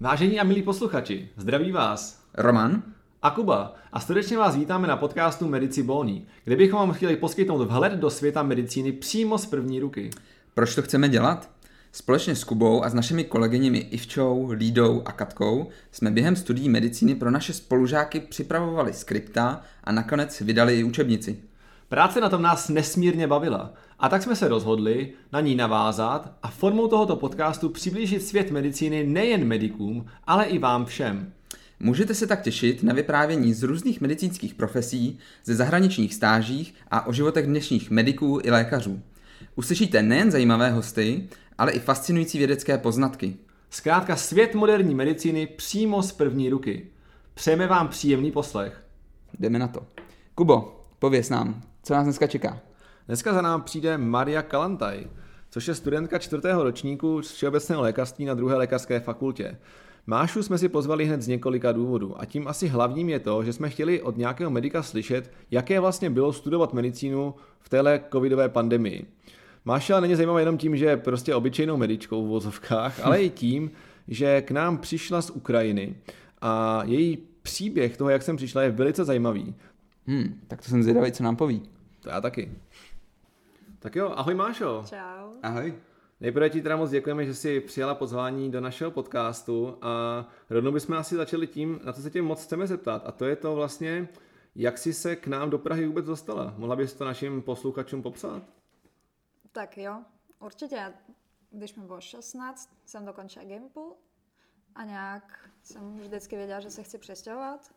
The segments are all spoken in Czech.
Vážení a milí posluchači, zdraví vás Roman a Kuba a srdečně vás vítáme na podcastu Medici Boni, kde bychom vám chtěli poskytnout vhled do světa medicíny přímo z první ruky. Proč to chceme dělat? Společně s Kubou a s našimi kolegyněmi Ivčou, Lídou a Katkou jsme během studií medicíny pro naše spolužáky připravovali skripta a nakonec vydali i učebnici. Práce na tom nás nesmírně bavila a tak jsme se rozhodli na ní navázat a formou tohoto podcastu přiblížit svět medicíny nejen medikům, ale i vám všem. Můžete se tak těšit na vyprávění z různých medicínských profesí, ze zahraničních stážích a o životech dnešních mediků i lékařů. Uslyšíte nejen zajímavé hosty, ale i fascinující vědecké poznatky. Zkrátka svět moderní medicíny přímo z první ruky. Přejeme vám příjemný poslech. Jdeme na to. Kubo, pověz nám, co nás dneska čeká? Dneska za námi přijde Maria Kalantaj, což je studentka 4. ročníku všeobecného lékařství na 2. lékařské fakultě. Mášu jsme si pozvali hned z několika důvodů a tím asi hlavním je to, že jsme chtěli od nějakého medika slyšet, jaké vlastně bylo studovat medicínu v téhle covidové pandemii. Máša není zajímavá jenom tím, že je prostě obyčejnou medičkou v vozovkách, ale i tím, že k nám přišla z Ukrajiny a její příběh toho, jak jsem přišla, je velice zajímavý. Tak to jsem zvědavý, co nám poví. To já taky. Tak jo, ahoj Mášo. Čau. Ahoj. Nejprve ti teda moc děkujeme, že jsi přijala pozvání do našeho podcastu a rovnou bychom asi začali tím, na co se tě moc chceme zeptat, a to je to vlastně, jak jsi se k nám do Prahy vůbec dostala. Mohla bys to našim posluchačům popsat? Tak jo, určitě, když mi bylo 16, jsem dokončila Gimpl a nějak jsem vždycky věděla, že se chci přestěhovat.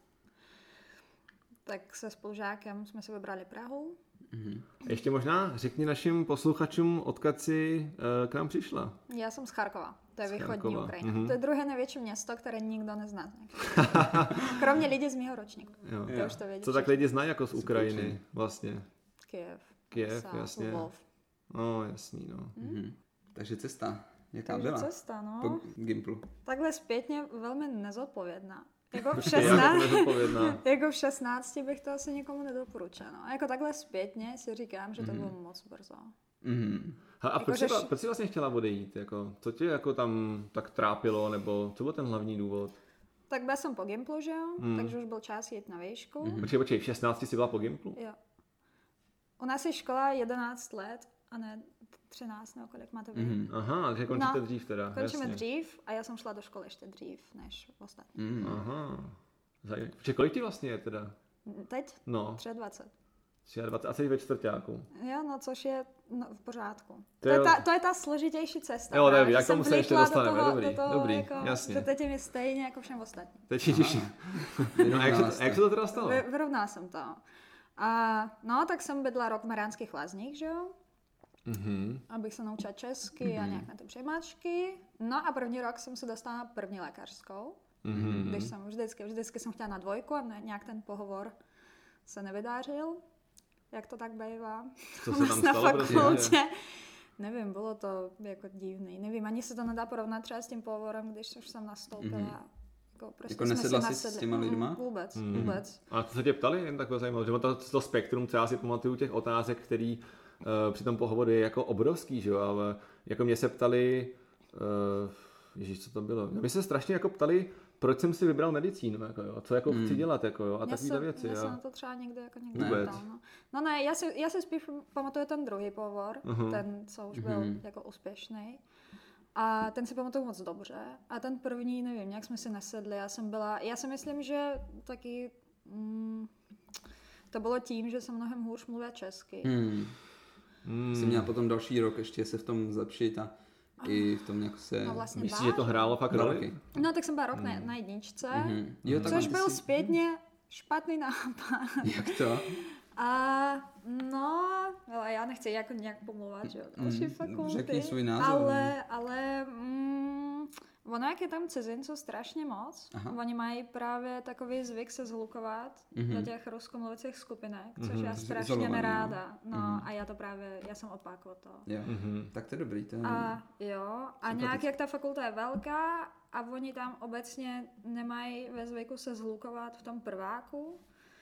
Tak se spolužákem jsme si vybrali Prahu. Ještě možná řekni našim posluchačům, odkud jsi k nám přišla. Já jsem z Charkova, to je Z východní Charkova, Ukrajina. To je druhé největší město, které nikdo nezná. Kromě lidí z mého ročníku. Jo. To už to vědí. Co tak lidi znají jako z Ukrajiny vlastně? Kyjev, jasně. Lvov. No, jasný, no. Takže cesta, jaká Takže byla? cesta, no. Po Gimplu. Takhle zpětně velmi nezodpovědná. Jako v Jak 16, nezodpovědná. jako v 16 bych to asi nikomu nedoporučila. No. Jako takhle zpětně si říkám, že to bylo moc brzo. A Jako, proč že jsi vlastně chtěla odejít? Jako, co tě jako tam tak trápilo, nebo co byl ten hlavní důvod? Tak byla jsem po Gimplu, že jo? Takže už byl čas jít na výšku. Počkej, v 16 jsi byla po Gimplu? Jo. U nás je škola 11 let, a ne 13, nebo kolik máte vy. Aha, takže končíte dřív teda. Končíme jasně. dřív a já jsem šla do školy ještě dřív než ostatní. Aha. Zajímavé. Počkej, kolik ti vlastně je teda? Teď? No, 23. 23 a jsi ve čtvrťáku. Jo, no což je v pořádku. To je- To je ta složitější cesta. Jo, právě, dobrý, jak že jsem tomu se ještě vlítla dostaneme, do toho, dobrý, jako, jasně. že teď je mi stejně jako všem ostatním. Teď ti těším. No, a jak se to teda stalo? Vyrovnala jsem to. A no, tak jsem bydla rok v Mariánských Lázních, že jo? Abych se naučila česky a nějak na ty přijímačky. No a první rok jsem se dostala na první lékařskou. Když jsem vždycky jsem chtěla na 2 a nějak ten pohovor se nevydářil. Jak to tak bývá? Co se tam na stalo, prosím? fakultě. Nevím, bylo to jako divný. Nevím, ani se to nedá porovnat třeba s tím pohovorem, když už jsem nastoupila. Prostě Jako jsme nesedla si jsi nasedli. s těma lidma? Vůbec. A co se tě ptali, jen takhle zajímavé, že to spektrum, třeba si pamatuju těch otázek, který při tom pohovoru je jako obrovský, že jo, ale jako mě se ptali, ježíš, co to bylo, mě se strašně jako ptali, proč jsem si vybral medicínu, jako jo, co jako chci dělat, jako jo, a takovýhle věci. Já jo. se na to třeba někdy Vůbec. ptal, no. No ne, já si spíš pamatuju ten druhý pohovor, ten, co už byl jako úspěšný. A ten si pamatuju moc dobře. A ten první, nevím, nějak jsme si nesedli. Já si myslím, že taky to bylo tím, že jsem mnohem hůř mluvila česky. Jsi měla potom další rok ještě se v tom zlepšit a i v tom nějak se... No vlastně Myslíš, že to hrálo fakt roli? roky. No tak jsem byla rok na jedničce, Jo, tak což ty byl jsi- zpětně špatný nápad. Jak to? A no, ale já nechci jako nějak pomlouvat, že jo, další fakulty. řekni svůj názor. Ale ono, jak je tam cizinců strašně moc, oni mají právě takový zvyk se zhlukovat do těch ruskomluvících skupinek, což já strašně Izolovaný, neráda. No a já jsem opak od toho. Jo. Tak to je dobrý. To je... A jo, a nějak jak ta fakulta je velká a oni tam obecně nemají ve zvyku se zhlukovat v tom prváku,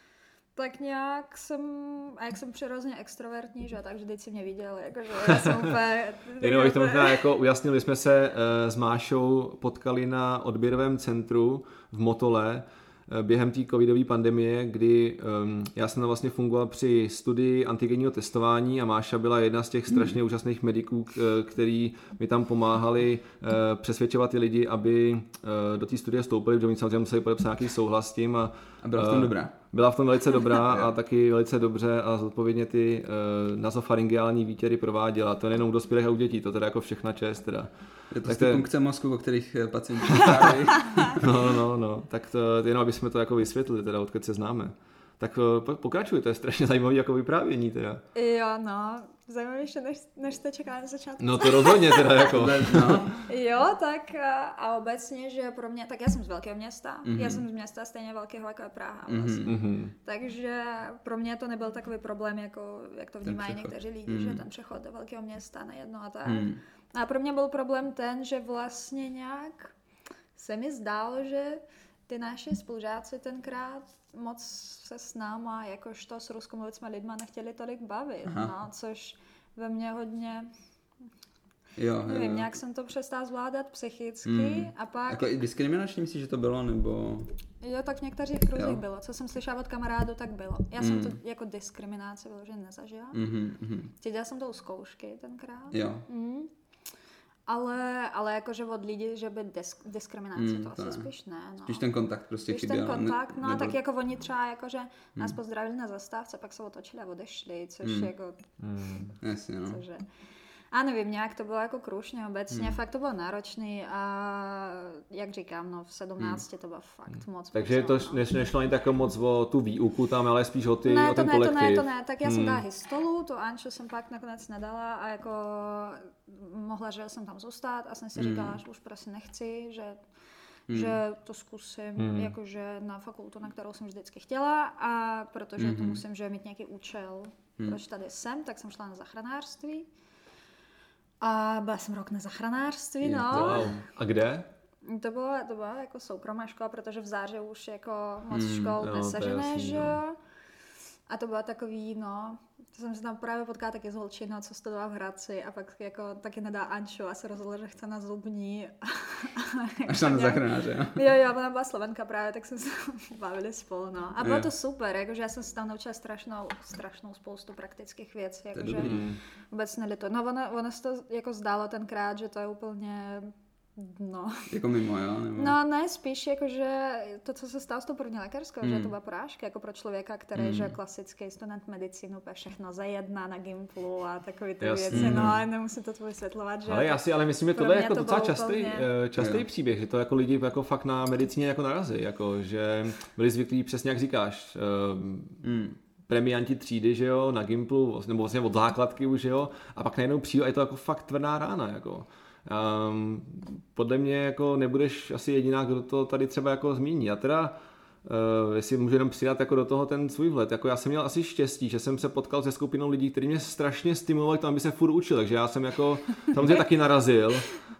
Tak nějak jak jsem přirozeně extrovertní, že tak vždyť si mě viděl, jakože já jsem úplně... Jenom bych to možná jako ujasnili, jsme se s Mášou potkali na odběrovém centru v Motole během té covidové pandemie, kdy já jsem tam vlastně fungoval při studii antigenního testování a Máša byla jedna z těch strašně úžasných mediků, který mi tam pomáhali přesvědčovat ty lidi, aby do té studie vstoupili, protože oni samozřejmě museli podepsat nějaký souhlas s tím. A byla v tom dobrá. Byla v tom velice dobrá a taky velice dobře a zodpovědně ty nazopharyngeální výtěry prováděla. To nejenom u dospělých a u dětí, to teda jako všechna čest teda. Je to ty punkce mozku, o kterých pacienti vyprávějí. No, tak to, jenom abychom to jako vysvětlili, teda odkud se známe. Tak pokračuj, to je strašně zajímavé jako vyprávění teda. Jo, no, zajímavější, než jste čekali na začátku. No to rozhodně teda jako. No. Jo, tak a obecně, že pro mě, tak já jsem z velkého města, já jsem z města stejně velkého jako je Praha vlastně. Takže pro mě to nebyl takový problém, jako jak to vnímají někteří lidi, že ten přechod do velkého města na jedno a tak. A pro mě byl problém ten, že vlastně nějak se mi zdálo, že ty naši spolužáci tenkrát moc se s náma, jakožto s ruskomluvícími lidma, nechtěli tolik bavit, no, což ve mně hodně... Jo, nevím, nějak jsem to přestala zvládat psychicky a pak... Jako i diskriminační myslíš, že to bylo, nebo... Jo, tak v některých kruzích bylo. Co jsem slyšela od kamarádů, tak bylo. Já jsem to jako diskriminaci vyloženě nezažila. Cítila jsem to u zkoušky tenkrát. Jo. Ale jakože od lidí, že by diskriminace, to asi ne. Spíš ne. No. Spíš ten kontakt prostě chyběl. Spíš ten kontakt, no tak jako oni třeba jakože nás pozdravili na zastávce, pak se otočili a odešli, což jako... Jasně, no. Cože... A nevím, nějak to bylo jako krušně obecně, fakt to bylo náročný a jak říkám, no v 17 to bylo fakt moc. Takže to nešlo ani tak moc o tu výuku tam, ale spíš o ten kolektiv. To ne, tak já jsem dala histolu, tu Anču jsem pak nakonec nedala a jako mohla, že jsem tam zůstat a jsem si říkala, že už prostě nechci, že to zkusím jakože na fakultu, na kterou jsem vždycky chtěla a protože to musím, že mít nějaký účel, proč tady jsem, tak jsem šla na záchranářství. A byla jsem rok na záchranářství, no. Wow. A kde? To byla jako soukromá škola, protože v září už jako moc škol nesežené, že jo. A to bylo takový, no, to jsem se tam právě potkala taky s holčinou, co studovala v Hradci a pak jako taky nedá Anču a se rozhodla, že chce na zubní. A šla na záchranáře, jo, ona byla Slovenka právě, tak jsme se bavili spolu, no. A bylo to super, jakože já jsem se tam naučila strašnou spoustu praktických věcí, jakože vůbec nelito. No ono se to jako zdálo tenkrát, že to je úplně... No. Jako mimo, jo? Nebo... No ne, spíš jakože to, co se stalo s tou první lékařskou, že to byla porážka jako pro člověka, který že klasický student medicíny, úplně všechno za jedna na Gimplu a takové ty věci, no ale nemusím to vysvětlovat, že... Ale myslím, že tohle je jako docela častý příběh, že to jako lidi jako fakt na medicíně jako narazí, jako že byli zvyklí přesně jak říkáš, premianti třídy, že jo, na Gimplu, nebo vlastně od základky už, jo, a pak najednou přijde a je to jako fakt tvrdá rána, jako. Podle mě jako nebudeš asi jediná, kdo to tady třeba jako zmíní. A teda, jestli můžu jenom přidat jako do toho ten svůj vhled, jako já jsem měl asi štěstí, že jsem se potkal se skupinou lidí, kteří mě strašně stimulovali k tomu, aby se furt učil, takže já jsem jako samozřejmě taky narazil,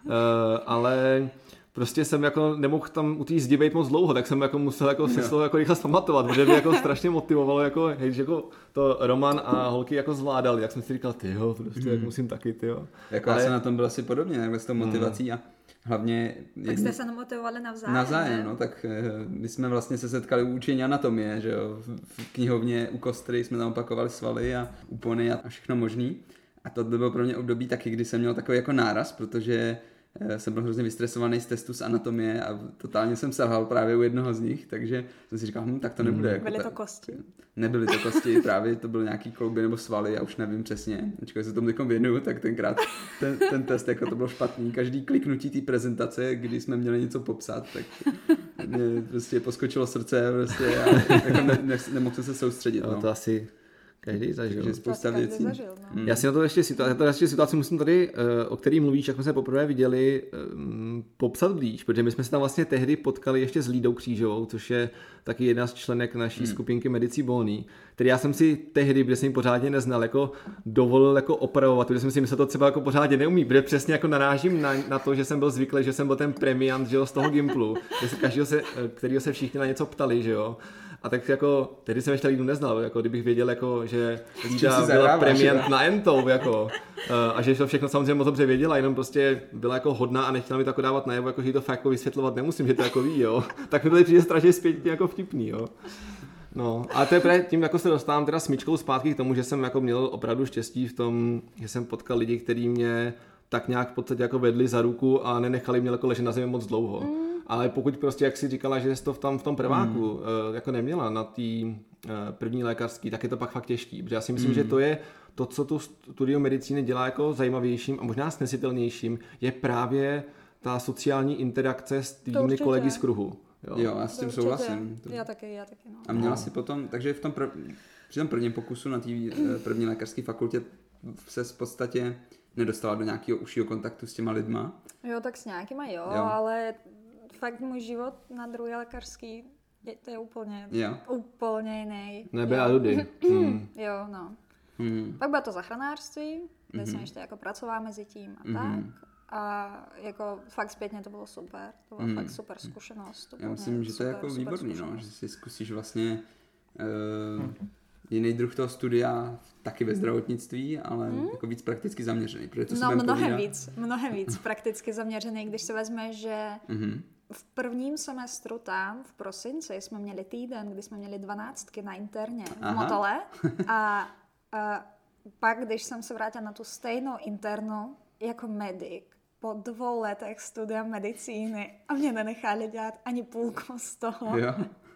ale prostě jsem jako nemohl tam u té zdi být moc dlouho, tak jsem jako musel jako si to jako rychle zpamatovat, protože mě jako strašně motivovalo, jako, když jako to Roman a holky jako zvládali, jak jsem si říkal, tyjo, prostě jak musím taky, tyjo. Jako já jsem na tom byl asi podobně, takhle s tou motivací a hlavně... Tak jste se namotivovali navzájem. Navzájem, no, tak my jsme vlastně se setkali u učení anatomie, že jo, v knihovně u Kostry jsme tam opakovali svaly a úpony a všechno možný. A to bylo pro mě období taky, kdy jsem měl takový jako náraz, protože jsem byl hrozně vystresovaný z testu z anatomie a totálně jsem selhal právě u jednoho z nich, takže jsem si říkal, tak to nebude. Jako byly to kosti? Nebyly to kosti, právě to byly nějaký klouby nebo svaly, já už nevím přesně. Ačkoliv se tomu někom věnuju, tak tenkrát ten test jako to bylo špatný. Každý kliknutí té prezentace, kdy jsme měli něco popsat, tak mě prostě poskočilo srdce prostě a jako nemohl jsem se soustředit. No. To asi... Každý zažil. Takže spousta věcí. Já si na to ještě situaci musím tady, o který mluvíš, jak jsme se poprvé viděli, popsat blíž, protože my jsme se tam vlastně tehdy potkali ještě s Lídou Křížovou, což je taky jedna z členek naší skupinky Medici Volný, který já jsem si tehdy, protože jsem ji pořádně neznal, jako dovolil jako opravovat, protože jsem si myslel, to třeba jako pořádně neumí, protože přesně jako narážím na to, že jsem byl zvyklý, že jsem byl ten premiant, že jo, z toho Gimplu, kterýho se všichni na něco ptali, že jo. A tak jako, tehdy jsem ještě Lídu neznal, jako kdybych věděl, jako, že Lída byla premiant na Entou, jako, a že to všechno samozřejmě moc dobře věděla, jenom prostě byla jako hodná a nechtěla mi to jako dávat najevo, jako, že jí to fakt jako vysvětlovat nemusím, že to jako ví, jo. Tak mi to přijde strašně zpětně jako vtipný, jo. No, ale to je tím, jako se dostávám teda smyčkou zpátky k tomu, že jsem jako měl opravdu štěstí v tom, že jsem potkal lidi, kteří mě tak nějak v podstatě jako vedli za ruku a nenechali mě jako ležet na zemi moc dlouho. Ale pokud prostě, jak si říkala, že jsi to v tom prváku jako neměla na té první lékařský, tak je to pak fakt těžký. Protože já si myslím, že to je to, co tu studium medicíny dělá jako zajímavějším a možná snesitelnějším, je právě ta sociální interakce s tvými kolegy z kruhu. Jo, já s tím souhlasím. Já taky, no. A měla si potom, takže při tom prvním pokusu na té první lékařské fakultě se v podstatě nedostala do nějakého užšího kontaktu s těma lidma? Jo, tak s nějakýma jo. Ale fakt můj život na druhé lékařský to je úplně jiný. Nebyla Rudy. Jo, no. Pak bylo to záchranářství, kde jsem ještě jako pracovala mezi tím a tak. A jako fakt zpětně to bylo super. To byla fakt super zkušenost. Já myslím, že to je jako výborný, no, že si zkusíš vlastně jiný druh toho studia, taky ve zdravotnictví, ale jako víc prakticky zaměřený. Mnohem víc prakticky zaměřený, když se vezme, že v prvním semestru tam v prosinci jsme měli týden, kdy jsme měli 12 na interně v Motole a pak, když jsem se vrátila na tu stejnou internu jako medic, po 2 letech studia medicíny a mě nenechali dělat ani půlku z toho. Jo.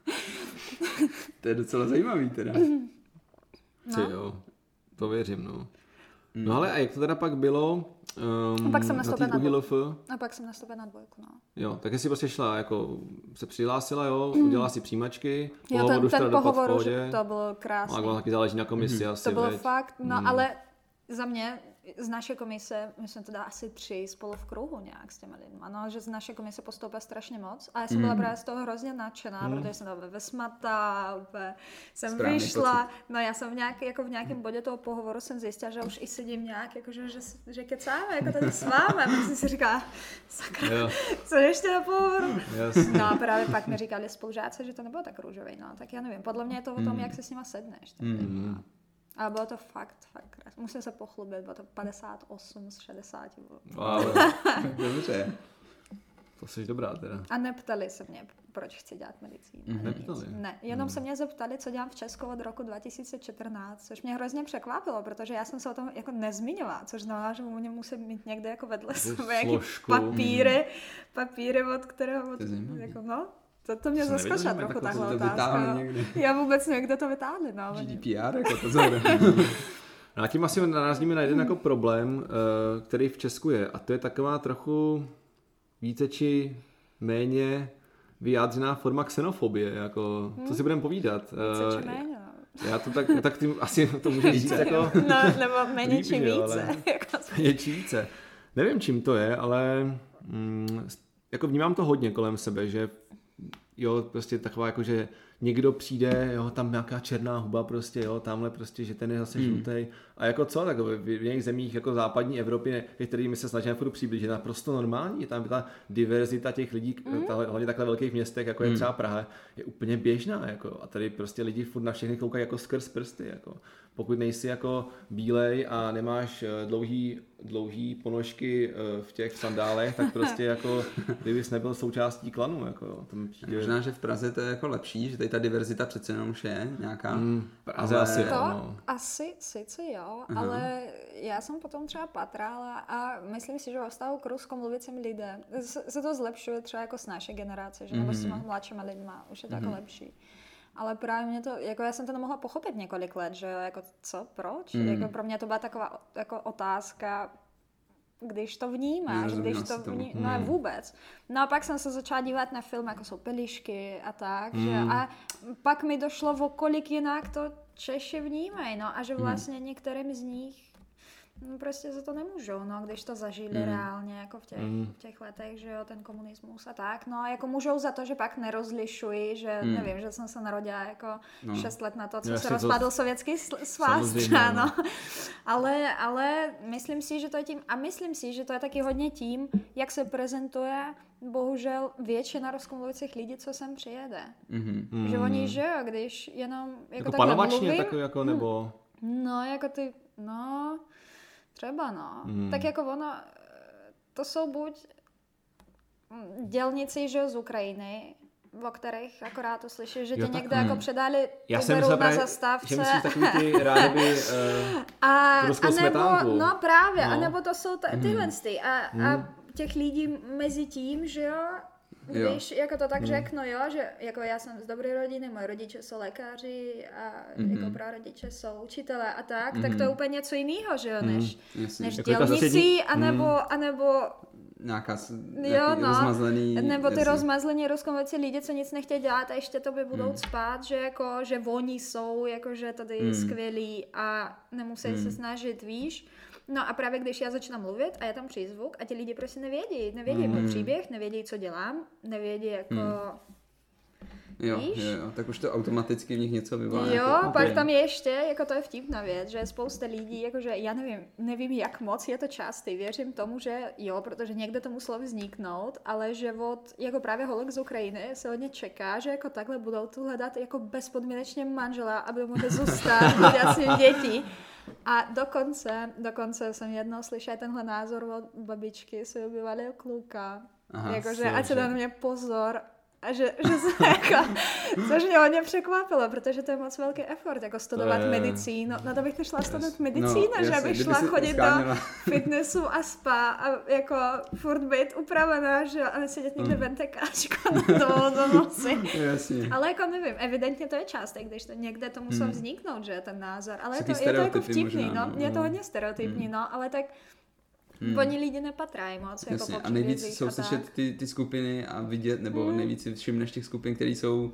To je docela zajímavý teda. No. Jo, to věřím, no. No ale a jak to teda pak bylo pak jsem nastoupila na dvojku. A pak jsem nastoupila na 2, no. Jo, tak jsi prostě šla, jako se přihlásila, jo, udělala si přijímačky, ten pohovor už to bylo krásný. A bylo taky záleží na komisi asi, to bylo fakt, no ale za mě z naší komise, my jsme teda asi 3 spolu v kruhu nějak s těmi lidmi, no, že z naší komise postoupila strašně moc a já jsem byla právě z toho hrozně nadšená, protože jsem tam vesmata, jsem správný vyšla, pocit. No já jsem v nějakém bodě toho pohovoru jsem zjistila, že už i sedím nějak, jakože, že kecáme, jako tady s vámi, a pak jsem si říkala, sakra, co ještě na pohovoru? No a právě pak mi říkali spolužáci, že to nebylo tak růžový, no, tak já nevím, podle mě je to o tom, jak se s nima sedneš. A bylo to fakt krásné. Musím se pochlubit, bylo to 58 z 60. Wow, dobře. To jsi dobrá teda. A neptali se mě, proč chci dělat medicínu. Neptali? Ne, jenom se mě zeptali, co dělám v Česku od roku 2014, což mě hrozně překvapilo, protože já jsem se o tom jako nezmiňovala, což znamená, že mě musím mít někde jako vedle sebe jaký papíry, od kterého... Jako, no, to mě zaskočila trochu tahle otázka. Já vůbec nevím, kdo to vytáhli. No. GDPR, jako to zhodne. No a tím asi narazíme na jeden jako problém, který v Česku je. A to je taková trochu více či méně vyjádřená forma xenofobie. Jako, co si budeme povídat? Více či méně, no. Já to tak tím asi to může říct jako... No, nebo méně či více. Méně či více. Nevím, čím to je, ale jako vnímám to hodně kolem sebe, že jo, prostě taková jako, že někdo přijde, jo, tam nějaká černá huba prostě, jo, tamhle prostě, že ten je zase žlutej. A jako co, tak v jiných zemích jako západní Evropy, kterými se snažíme furt přiblížit, je naprosto normální, je tam ta diverzita těch lidí, hlavně takhle velkých městech, jako je třeba Praha, je úplně běžná, jako, a tady prostě lidi furt na všechny koukají jako skrz prsty, jako. Pokud nejsi jako bílej a nemáš dlouhý ponožky v těch sandálech, tak prostě jako kdybys nebyl součástí klanu. Jako, to mi přijde... Možná, že v Praze to je jako lepší, že tady ta diverzita přece jenom už je nějaká. Praze asi to asi sice jo, ale já jsem potom třeba patrala a myslím si, že ve vztahu k ruskomluvícím lidem se to zlepšuje třeba jako s naší generace, že nebo s těma mladšíma lidma, už je to jako lepší. Ale právě mě to, jako já jsem to nemohla pochopit několik let, že jako co, proč? Jako pro mě to byla taková jako otázka, když to vnímáš, no vůbec. No a pak jsem se začala dívat na film, jako jsou Pelišky a tak, že a pak mi došlo, o kolik jinak to Češi vnímají, no a že vlastně některým z nich no prostě za to nemůžou, no, když to zažili reálně, jako v těch letech, že jo, ten komunismus a tak, no a jako můžou za to, že pak nerozlišují, že nevím, že jsem se narodila jako 6 let na to, co se rozpadl Sovětský svaz třeba, no. Ale myslím si, že to je tím, a myslím si, že to je taky hodně tím, jak se prezentuje bohužel většina rozmluvících lidí, co sem přijede. Že oni, že jo, když jenom jako takhle panovačně mluvím, takový jako, nebo... No, jako ty, no, třeba no. Tak jako ono, to jsou buď dělníci, že z Ukrajiny, o kterých akorát uslyšíš, že tě někde jako předali Uberu na zastávce. Že myslíš takový ty rádoby ruskou smetánku. No právě, anebo to jsou tyhle a těch lidí mezi tím, že jo, když jako to tak řeknu, jo, že jako já jsem z dobré rodiny, moji rodiče jsou lékaři a jako prarodiče jsou učitelé a tak to je úplně něco jiného, že jo, než jako dělníci, anebo nějaká rozmazlený... Nebo ty rozmazlení rozkonvecí lidi, co nic nechtějí dělat a ještě to by budou spát, že jako, že oni jsou jakože tady skvělí a nemusí se snažit, víš. No a právě když já začínám mluvit a je tam přízvuk a ti lidi prostě nevědí můj příběh, nevědí, co dělám, nevědí jako... Jo, tak už to automaticky v nich něco vyvolá. Jo, pak tam ještě, jako to je vtipná věc, že spousta lidí, jakože já nevím jak moc je to častý, věřím tomu, že jo, protože někde to muselo vzniknout, ale že od jako právě holek z Ukrajiny se hodně čeká, že jako takhle budou tu hledat jako bezpodmínečně manžela, aby mohli zůstat, dělat s ním děti. A dokonce jsem jednou slyšela tenhle názor od babičky svého bývalého kluka, jakože ať se dá na mě pozor, a že se jako, což mě hodně překvapilo, protože to je moc velký effort, jako studovat medicínu. No to bych nešla studovat medicínu, že bych šla chodit do fitnessu a spa a jako furt být upravená, že a nesedět někde ventekáčko do nosy. Ale jako nevím, evidentně to je část, když to někde to muselo vzniknout, že ten názor, ale je to jako vtipný, možná, je to hodně stereotypní, ale tak oni lidi nepatrají moc. Jasně, jako a nejvíc jsou slyšet ty skupiny a vidět, nebo nejvíc si všimneš těch skupin, které jsou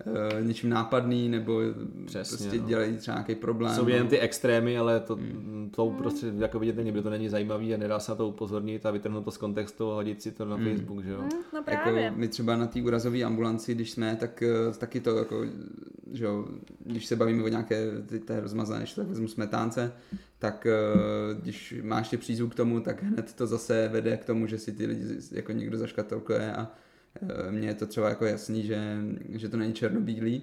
něčím nápadný, nebo prostě dělají třeba nějaký problém. Jsou jen ty extrémy, ale to prostě jako vidět není, to není zajímavý a nedá se na to upozornit a vytrhnout to z kontextu a hodit si to na Facebook, že jo? No právě. Jako my třeba na té úrazové ambulanci, když jsme, tak taky to jako, že jo, když se bavíme o nějaké té rozmazané, tak vezmu smetánce, tak když máš tě přízvuk k tomu, tak hned to zase vede k tomu, že si ty lidi jako někdo zaškatulkuje a mně je to třeba jako jasný, že to není černobílý,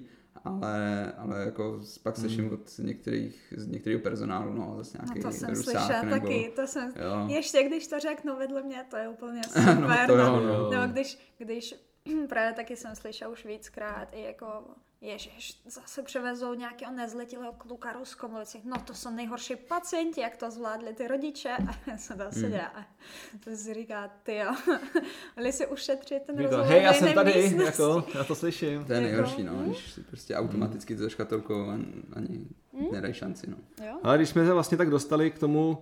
ale jako pak slyším od některého personálu, no zase nějaký rusák. No to jsem slyšela taky, ještě když to řeknu vedle mě, to je úplně super. No, když právě taky jsem slyšela už víckrát i jako ježiš, zase převezou nějakého nezletilého kluka ruskomluvících. No to jsou nejhorší pacienti, jak to zvládli ty rodiče. A já jsem tam seděla a to si říká, tyjo, ale si ušetřit ten rozhovor. Hej, já jsem tady, jako, já to slyším. To je nejhorší, no, když si prostě automaticky to škatulkou ani nedají šanci, no. Jo? Ale když jsme se vlastně tak dostali k tomu,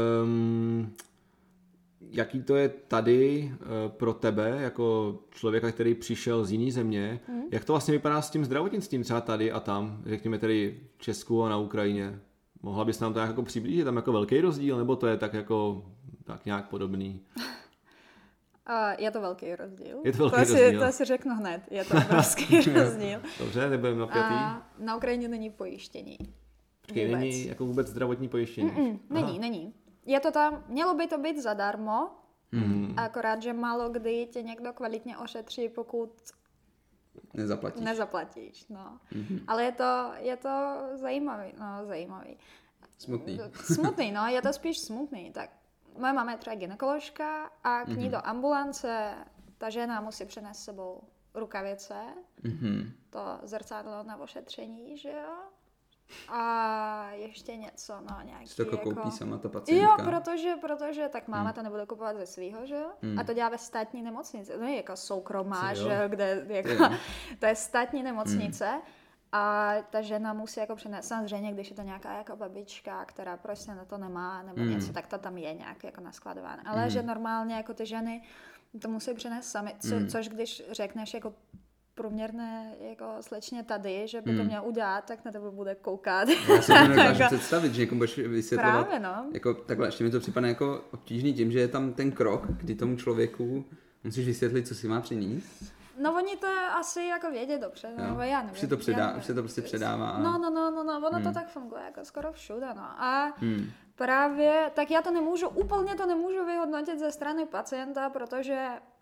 jaký to je tady pro tebe, jako člověka, který přišel z jiné země, jak to vlastně vypadá s tím zdravotnictvím třeba tady a tam, řekněme tedy v Česku a na Ukrajině? Mohla bys nám to jako přiblížit, tam jako velký rozdíl, nebo to je tak jako tak nějak podobný? Je to velký rozdíl. Je to velký rozdíl. To si řeknu hned, je to obrovský rozdíl. Dobře, nebudeme napjatý. Na Ukrajině není pojištění. Počkej, není jako vůbec zdravotní pojištění? Není. Je to tam, mělo by to být zadarmo, akorát, že málo kdy tě někdo kvalitně ošetří, pokud nezaplatíš. No. Ale je to zajímavý. Smutný, no, je to spíš smutný. Tak moje máma je třeba gynekoložka a k ní do ambulance ta žena musí přinést s sebou rukavice, to zrcadlo na ošetření, že jo? A ještě něco, no nějaký to jako koupí sama ta pacientka. Jo, protože tak máma to nebude kupovat ze svýho, že jo? A to dělá ve státní nemocnici, to je jako soukromá, že jo, kde jako, to je státní nemocnice a ta žena musí jako přinést, samozřejmě, když je to nějaká jako babička, která prostě na to nemá nebo něco, tak to tam je nějak jako naskladované. Ale že normálně jako ty ženy to musí přinést sami, což když řekneš jako průměrné jako slečně tady, že by to měl udělat, tak na tebe bude koukat. Já si to nedokážu představit, že někomu budeš vysvětlovat. Právě, no. Jako, takhle, ještě mi to připadne jako obtížný tím, že je tam ten krok, kdy tomu člověku musíš vysvětlit, co si má přinést. No oni to asi jako vědí dobře, nebo já nevím. Už se to prostě předává. No, ono to tak funguje jako skoro všude, no. A právě, tak já to nemůžu, úplně to nemůžu vyhodnotit ze strany pacienta, protože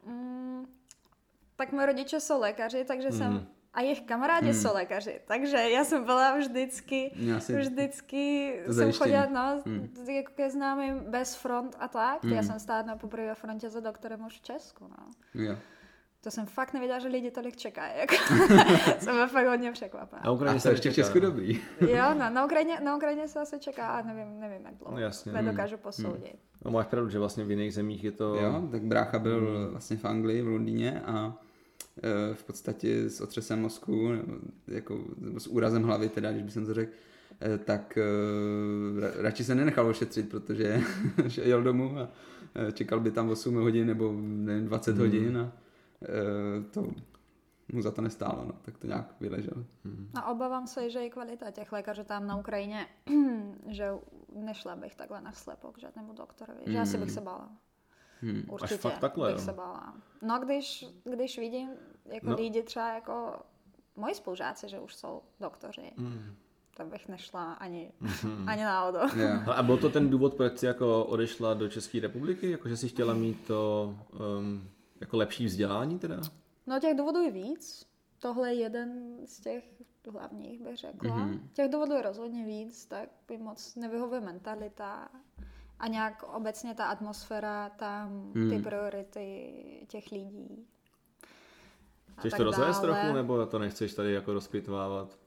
Tak moji rodiče jsou lékaři, takže jsem... A jejich kamarádi jsou lékaři, takže já jsem byla vždycky jsem chodila jako ke známým bez front a tak. Já jsem stála na poprvé ve frontě za doktorem už v Česku. No. Jo. To jsem fakt nevěděla, že lidi tolik čekají. Jako. Jsem byla fakt hodně překvapená. Na Ukrajině se ještě v Česku dobrý. Jo, na Ukrajině se asi čeká, a nevím jak dlouho. Jasně. Nedokážu posoudit. No máš pravdu, že vlastně v jiných zemích je to... Jo, tak brácha byl vlastně v Anglii, v Londýně a v podstatě s otřesem mozku, jako s úrazem hlavy, teda, když bych to řekl, tak radši se nenechal ošetřit, protože jel domů a čekal by tam 8 hodin nebo nevím, 20 hodin a to mu za to nestálo, no, tak to nějak vyležel. A obávám se, že i kvalita těch lékařů tam na Ukrajině, že nešla bych takhle naslepo k žádnému doktorovi, že asi bych se bála. Určitě fakt takhle, bych se bála. No když vidím jako lidi třeba jako moji spolužáci, že už jsou doktoři, tak bych nešla ani náhodou. Yeah. A byl to ten důvod, proč jsi jako odešla do České republiky? Jako, že jsi chtěla mít to jako lepší vzdělání teda? No těch důvodů je víc. Tohle je jeden z těch hlavních, bych řekla. Těch důvodů je rozhodně víc, tak by moc nevyhovuje mentalita a nějak obecně ta atmosféra tam, ty priority těch lidí. Chceš to rozvést trochu, nebo to nechceš tady jako rozpitvávat?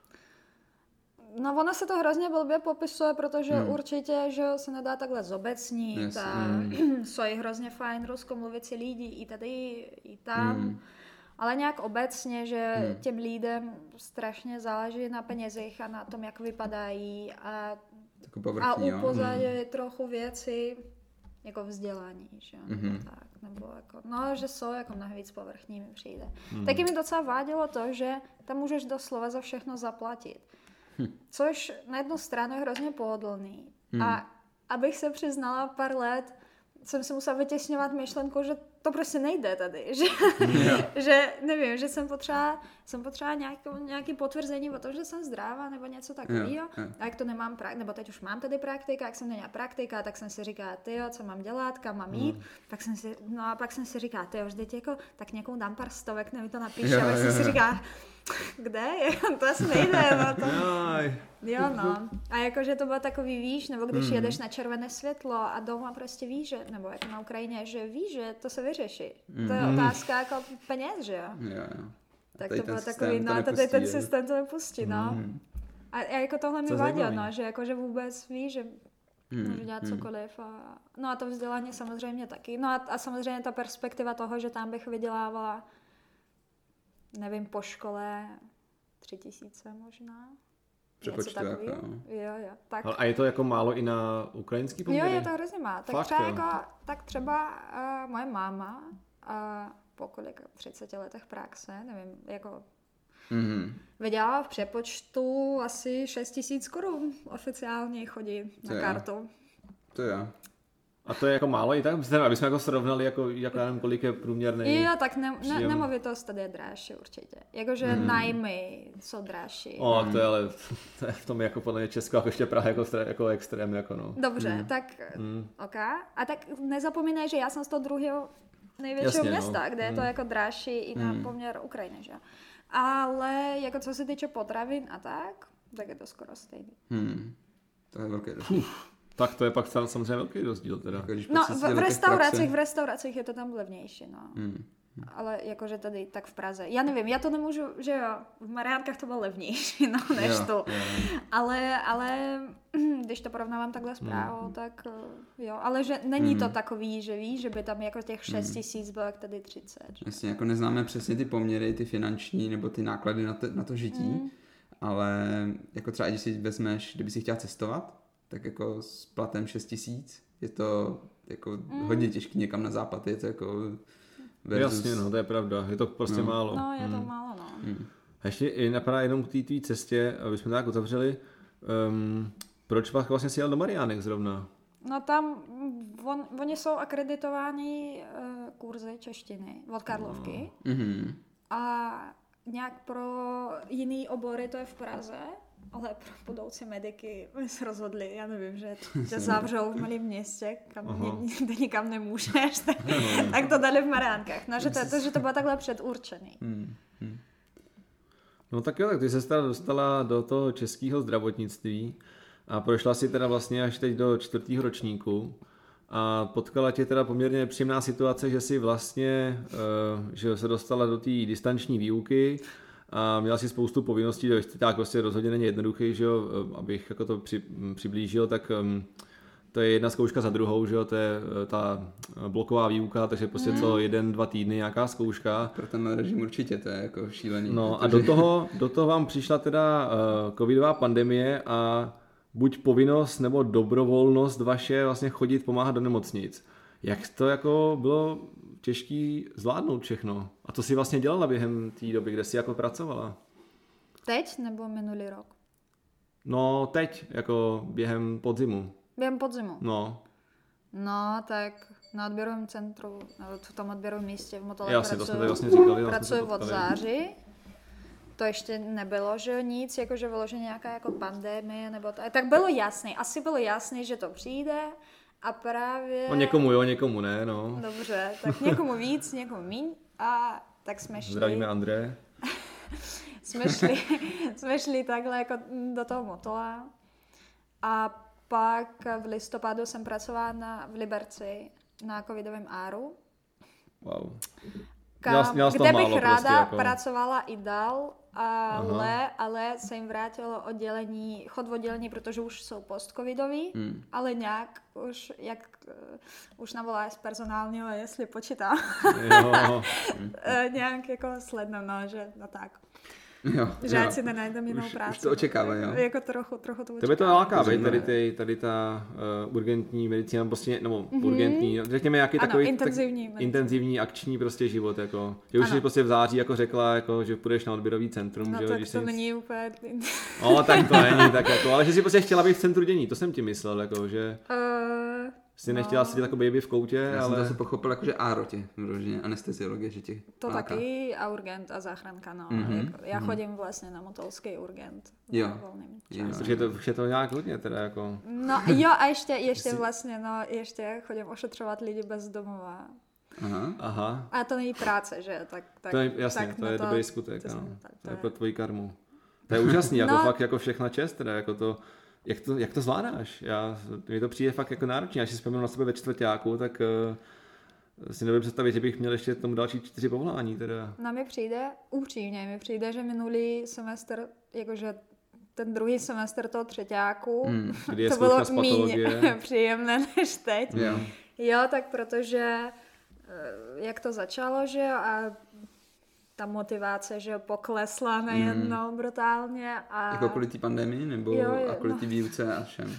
No ono se to hrozně blbě popisuje, protože určitě, že se nedá takhle zobecnit. Yes. Jsou hrozně fajn ruskomluvící lidi i tady, i tam. Ale nějak obecně, že těm lidem strašně záleží na penězích a na tom, jak vypadají a upozadějí trochu věci jako vzdělání, že? Nebo jako, no, že jsou jako mnohem víc povrchní, mi přijde. Taky mi docela vádilo to, že tam můžeš doslova za všechno zaplatit. Což na jednu stranu je hrozně pohodlný. A abych se přiznala, pár let jsem si musela vytěsňovat myšlenku, že to prostě nejde tady. Že nevím, že jsem potřeba nějaký potvrzení o tom, že jsem zdravá nebo něco takového. A jak to nemám nebo teď už mám tady praktika, jak jsem neměla praktika, tak jsem si říkala, tyjo, co mám dělat, kam mám jít. Pak jsem si říkala, tyjo, vždyť jako, tak někomu dám pár stovek, mi to napíše. A jsem si říkala, kde? To asi nejde. No, to... Jo, no. A jakože to bylo takový, víš, nebo když jedeš na červené světlo a doma prostě víš, že, nebo jako na Ukrajině, že víš, že to se vyřeší. To je otázka jako peněz, že jo? Tak to bylo takový, no, tady ten systém to nepustí, no. A jako tohle mi vadilo, no, že jakože vůbec víš, že můžu dělat cokoliv. No a to vzdělání samozřejmě taky. No a samozřejmě ta perspektiva toho, že tam bych vydělávala, nevím, po škole 3000 možná. Něco takového. Jo. Tak. A je to jako málo i na ukrajinský poměry? Jo, je to hrozně málo. Tak třeba moje máma po kolik 30 letech praxe, nevím, jako vydělala v přepočtu asi 6 000 korun oficiálně chodí na kartu. To je. A to je jako málo i tak? Aby jsme jako srovnali, jako nevím, kolik je průměrný. Jo, tak nemovitost tady je dražší určitě. Jakože nájmy jsou dražší. To je ale to je v tom jako podle mě Česko, jako ještě Praha jako extrém. Jako no. Dobře, tak OK. A tak nezapomínej, že já jsem z toho druhého největšího města, kde je to jako dražší i na poměr Ukrajiny, že? Ale jako co se týče potravin a tak je to skoro stejný. To je velký rozdíl. Tak to je pak samozřejmě velký rozdíl teda. No v restauracích je to tam levnější, no. Ale jakože tady tak v Praze. Já nevím, já to nemůžu, že jo, v Mariánkách to bylo levnější, no, než to. Ale když to porovnávám takhle s Prahou, tak jo, ale že není to takový, že víš, že by tam jako těch 6 000 bylo jak tady 30. Jasně, jako neznáme přesně ty poměry, ty finanční nebo ty náklady na to žití, ale jako třeba když si vezmeš, kdyby si chtěla cestovat, tak jako s platem 6 000 je to jako hodně těžký někam na západ, je to jako versus... Jasně, no, to je pravda, je to prostě málo. No, je to málo, no. A ještě napadá jenom k té tvý cestě, aby jsme to tak uzavřeli, proč vlastně si jel do Mariánek zrovna? No tam, oni jsou akreditováni kurzy češtiny od Karlovky a nějak pro jiný obory to je v Praze ale pro budoucí mediky se rozhodli, já nevím, že tě zavřou v malém městě, kam kde nikam nemůžeš, tak to dali v Mariánkách. No, že to bylo takhle předurčený. No tak jo, tak ty se teda dostala do toho českého zdravotnictví a prošla si teda vlastně až teď do 4. ročníku a potkala tě teda poměrně nepříjemná situace, že si vlastně, že se dostala do té distanční výuky a měla si spoustu povinností, tak prostě rozhodně není jednoduchý, že jo, abych jako to přiblížil, tak to je jedna zkouška za druhou, že jo, to je ta bloková výuka, takže prostě co 1-2 týdny nějaká zkouška. Pro ten režim určitě, to je jako šílený. No protože... a do toho vám přišla teda covidová pandemie a buď povinnost nebo dobrovolnost vaše vlastně chodit pomáhat do nemocnic. Jak to jako bylo těžký zvládnout všechno? A co jsi vlastně dělala během té doby, kde jsi jako pracovala? Teď nebo minulý rok? No teď, jako během podzimu. Během podzimu? No. No, tak na odběrovém centru, v tom odběrovém místě v Motole pracuji od září. To ještě nebylo, že nic, jakože vyloženě nějaká jako pandemie, nebo to. Tak bylo jasné, asi bylo jasné, že to přijde a právě... No někomu jo, někomu ne, no. Dobře, tak někomu víc, někomu míň a tak jsme šli... Zdravíme Andreje. jsme šli takhle jako do toho Motola a pak v listopadu jsem pracovala v Liberci na covidovém áru. Wow. Kde bych ráda prostě jako... pracovala i dál, ale se jim vrátilo chod v oddělení, protože už jsou post-covidoví, ale nějak už navolá z personálního, jestli počítám. Nějak jako sledno, no, že no tak. Že ať si nenajdem jinou práci. Už to očekávají, jo. Jako trochu to očekávají. Tebe to láká, tady ta urgentní medicína, prostě, nebo urgentní, řekněme nějaký takový intenzivní akční prostě život, jako. Že už jsi prostě v září jako řekla, jako, že půjdeš na odběrový centrum. No že, tak když to není úplně... No tak to není, tak jako, ale že jsi prostě chtěla být v centru dění, to jsem ti myslel, jako, že... Jsi nechtěla sedět jako baby v koutě, já ale... jsem to asi pochopil jako, že ARO vyloženě, anesteziologie, že ti to láká. Taky a urgent a záchranka, no. Já chodím vlastně na motolský urgent. Jo. Takže je to nějak hodně teda jako... No jo a ještě vlastně, ještě chodím ošetřovat lidi bez domova. Aha. A to není práce, že? Tak, to je jasně, tak to je dobrý skutek, to je pro tvoji karmu. To je úžasný, jako fakt jako všechna čest, teda jako to... Jak to zvládáš? Mně to přijde fakt jako náročně. Až si vzpomínám na sebe ve čtvrťáku, tak si nevím představit, že bych měl ještě tomu další 4 povolání. Teda. No mi přijde, že minulý semestr, jakože ten druhý semestr toho třeťáku, to bylo méně příjemné než teď. Jo, tak protože jak to začalo, že a ta motivace, že poklesla najednou brutálně. A... Jako kvůli té pandemii, nebo a kvůli té výuce a všem?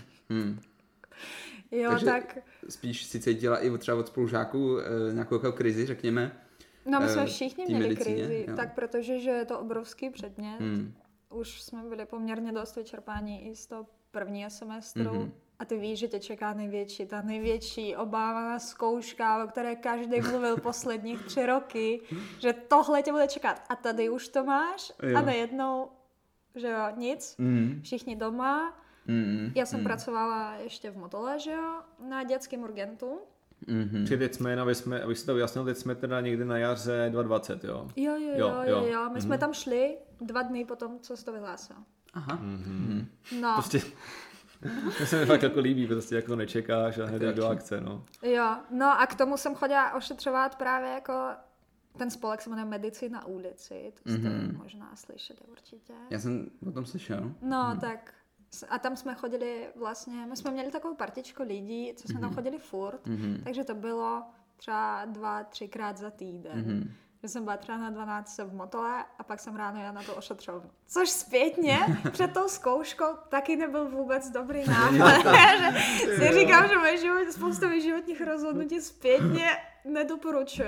Jo, takže tak... spíš si cítila i třeba od spolužáků nějakou jako krizi, řekněme? No my jsme všichni měli krizi, tak protože že je to obrovský předmět. Už jsme byli poměrně dost vyčerpáni i z toho prvního semestru. A ty víš, že tě čeká ta největší obávaná zkouška, o které každý mluvil posledních 3 roky, že tohle tě bude čekat. A tady už to máš a najednou, že jo, nic, všichni doma. Já jsem pracovala ještě v Motole, že jo, na dětském urgentu. Teď jsme, abych si to vyjasnil, teď jsme teda někdy na jaře 2020, jo? Jo. My jsme tam šli 2 dny potom, co se to vyhlásilo. Aha. No. Prostě... To se mi fakt jako líbí, prostě jako nečekáš a hned do akce, no. Jo, no a k tomu jsem chodila ošetřovat právě jako ten spolek se jmenuje Medicína na ulici, to jste možná slyšeli určitě. Já jsem o tom slyšel. No, tak a tam jsme chodili vlastně, my jsme měli takovou partičku lidí, co jsme tam chodili furt, takže to bylo třeba 2-3krát za týden. Že jsem byla třeba na 12 v Motole a pak jsem ráno jela na to ošetřovnu. Což zpětně před tou zkouškou taky nebyl vůbec dobrý nápad. Že si říkám, že moje spoustu životních rozhodnutí zpětně nedoporučuju,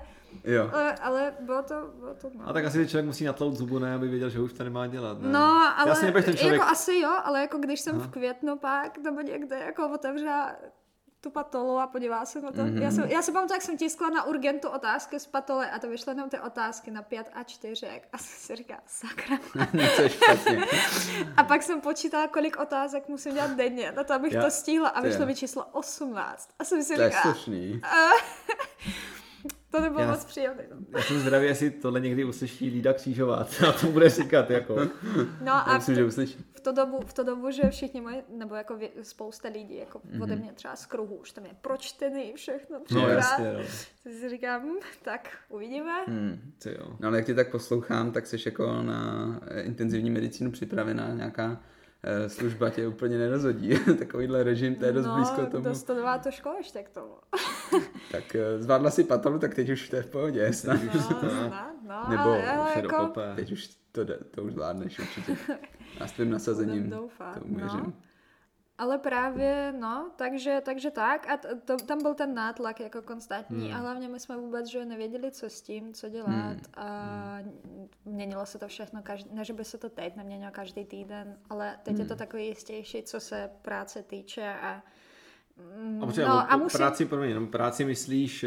ale bylo to no. A tak asi člověk musí natlout zubu, ne, aby věděl, že už to nemá dělat. Ne? No, ale ten člověk... jako asi jo, ale jako když jsem v květnu pak, nebo někde jako otevřela tu patolu a podívá se na to. Já si pamatuju, jak jsem tiskla na urgentu otázky z patole a to vyšly jenom ty otázky na 5 a 4 a jsem si říkala, sakra. Co je špatně. A pak jsem počítala, kolik otázek musím dělat denně, na to, abych to stihla a vyšlo mi číslo 18. A jsem si To je říkala, slušný. to nebylo moc příjemné. Já jsem zdravý, jestli tohle někdy uslyší Lída Křížová, a to bude říkat, jako. No a Myslím, že uslyší. v to dobu, že všichni moji, nebo jako spousta lidí, jako ode mě třeba z kruhu, už tam je pročtený všechno třikrát. No jasně, no. Tak si říkám, tak uvidíme. Co jo. No ale jak tě tak poslouchám, tak jsi jako na intenzivní medicínu připravená, nějaká služba tě úplně nerozhodí. Takovýhle režim, to je dost blízko tomu. No, dostudovala to školu ještě k tomu. Tak zvládla si patolu, tak teď už to je v pohodě, snad. No, Nebo ale se jako... dokope. teď už to už zvládneš určitě. A s tvým nasazením Doufám, tomu věřím. no. Ale právě, no, takže tak a tam byl ten nátlak jako konstantní a hlavně my jsme vůbec, že nevěděli, co s tím, co dělat a měnilo se to všechno, ne, že by se to teď neměnilo každý týden, ale teď je to takový jistější, co se práce týče a práci myslíš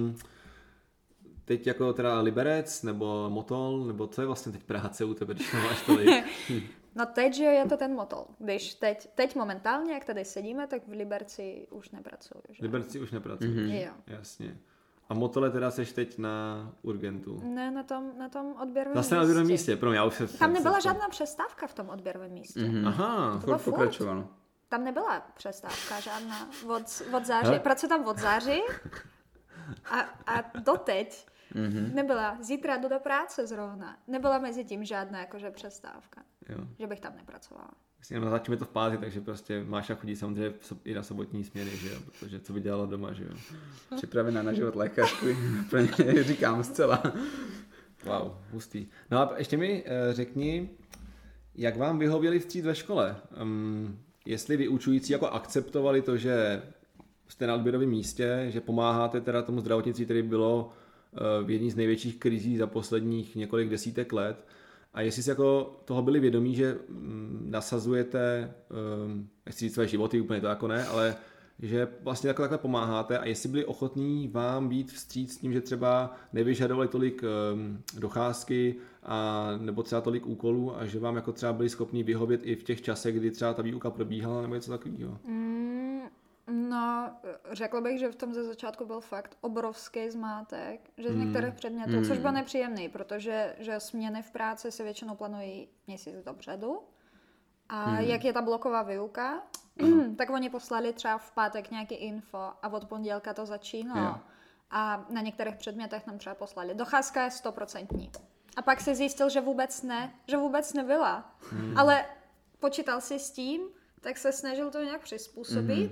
teď jako teda Liberec nebo Motol, nebo co je vlastně teď práce u tebe, když máš tolik? No teď, že je to ten Motol. Když teď momentálně, jak tady sedíme, tak v Liberci už nepracuju. Že? V Liberci už nepracuješ? Jo. Jasně. A Motole teda seš teď na urgentu? Ne, na tom odběrovém Zase na odběrovém místě, já už tam nebyla žádná přestávka v tom odběrovém místě. Aha. To bylo Pokračovalo. Tam nebyla přestávka žádná od září. Pracuji tam od září a doteď nebyla. Zítra jdu do práce zrovna. Nebyla mezi tím žádná jakože přestávka. Jo. Že bych tam nepracovala. No, zatím je to v pázi, takže prostě Máša chodí samozřejmě i na sobotní směny, že jo, protože co by dělala doma, že jo. Připravená na život lékařku, říkám zcela. Wow, hustý. No a ještě mi řekni, jak vám vyhověli vstříc ve škole? Jestli vyučující jako akceptovali to, že jste na odběrovém místě, že pomáháte teda tomu zdravotnictví, který bylo v jedné z největších krizí za posledních několik desítek let, a jestli si jako toho byli vědomí, že nasazujete, nechci říct své životy, úplně to jako ne, ale že vlastně takhle pomáháte a jestli byli ochotní vám být vstříc s tím, že třeba nevyžadovali tolik docházky a nebo třeba tolik úkolů a že vám jako třeba byli schopni vyhovět i v těch časech, kdy třeba ta výuka probíhala nebo něco takového? No, řekla bych, že v tom ze začátku byl fakt obrovský zmátek, že z některých předmětů, což bylo nepříjemný, protože že směny v práci se většinou plánují měsíc dopředu a jak je ta bloková výuka, tak oni poslali třeba v pátek nějaký info a od pondělka to začínalo. A na některých předmětech nám třeba poslali. Docházka je 100%. A pak se zjistil, že vůbec nebyla. Ale počítal si s tím, tak se snažil to nějak přizpůsobit.